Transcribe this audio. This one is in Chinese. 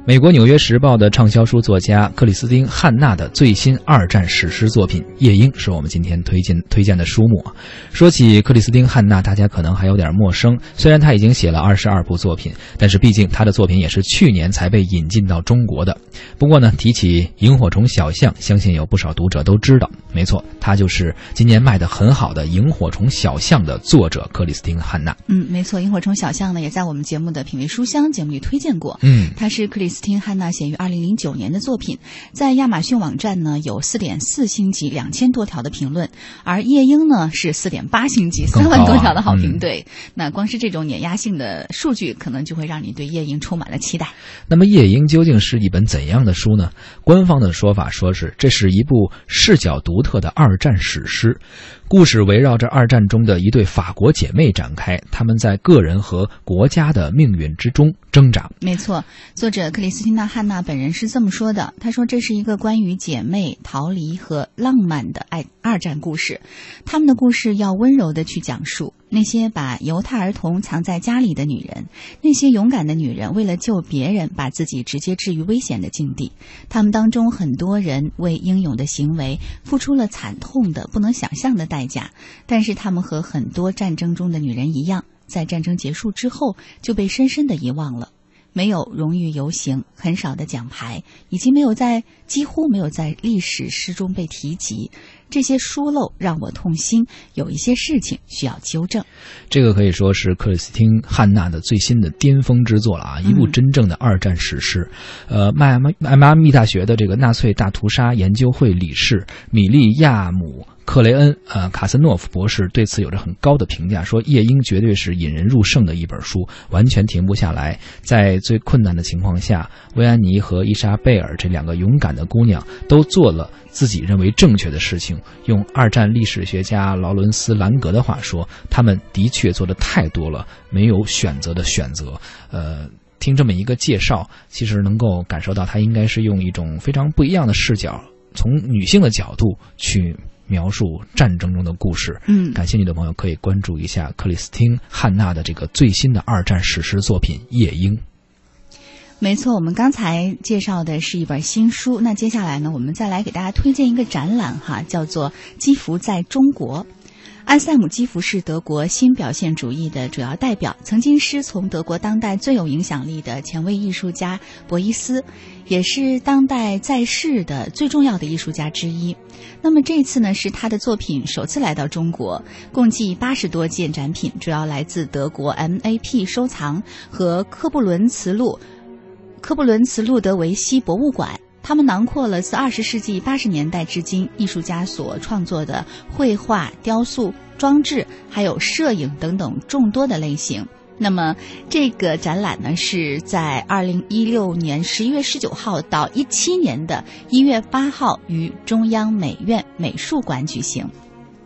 美国《纽约时报》的畅销书作家克里斯汀·汉纳的最新二战史诗作品《夜莺》是我们今天推荐的书目。说起克里斯汀·汉纳，大家可能还有点陌生，虽然他已经写了22部作品，但是毕竟他的作品也是去年才被引进到中国的。不过呢，提起萤火虫小象，相信有不少读者都知道，没错，他就是今年卖得很好的萤火虫小象的作者克里斯汀·汉纳。 没错，萤火虫小象呢也在我们节目的品味书香节目里推荐过。他是克里斯汀·汉纳写于2009年的作品，在亚马逊网站呢有4.4星级2000多条的评论，而夜莺呢是4.8星级3万多条的好评。对，那光是这种碾压性的数据，可能就会让你对夜莺充满了期待。 那么夜莺究竟是一本怎样的书呢？官方的说法说是这是一部视角独特的二战史诗，故事围绕着二战中的一对法国姐妹展开，她们在个人和国家的命运之中挣扎。 没错，作者克里斯汀娜·汉纳本人是这么说的，他说这是一个关于姐妹逃离和浪漫的二战故事，他们的故事要温柔地去讲述那些把犹太儿童藏在家里的女人，那些勇敢的女人为了救别人把自己直接置于危险的境地，他们当中很多人为英勇的行为付出了惨痛的不能想象的代价，但是他们和很多战争中的女人一样，在战争结束之后就被深深地遗忘了，没有荣誉游行，很少的奖牌，以及几乎没有在历史诗中被提及。这些疏漏让我痛心，有一些事情需要纠正。 这个可以说是克里斯汀·汉纳的最新的巅峰之作了啊！一部真正的二战史诗。迈阿密大学的这个纳粹大屠杀研究会理事米利亚姆克雷恩卡森诺夫博士对此有着很高的评价，说夜莺绝对是引人入胜的一本书，完全停不下来。在最困难的情况下，薇安妮和伊莎贝尔这两个勇敢的姑娘都做了自己认为正确的事情。用二战历史学家劳伦斯·兰格的话说，他们的确做得太多了，没有选择的选择。听这么一个介绍，其实能够感受到他应该是用一种非常不一样的视角，从女性的角度去描述战争中的故事。感兴趣的朋友可以关注一下克里斯汀·汉纳的这个最新的二战史诗作品《夜莺》。 没错，我们刚才介绍的是一本新书，那接下来呢，我们再来给大家推荐一个展览哈，叫做《基弗在中国》。安塞姆·基弗是德国新表现主义的主要代表，曾经师从德国当代最有影响力的前卫艺术家博伊斯，也是当代在世的最重要的艺术家之一。那么这次呢，是他的作品首次来到中国，共计80多件展品，主要来自德国 MAP 收藏和科布伦茨路德维希博物馆。他们囊括了自20世纪80年代至今艺术家所创作的绘画、雕塑、装置还有摄影等等众多的类型。那么这个展览呢，是在2016年11月19号到17年的1月8号于中央美院美术馆举行。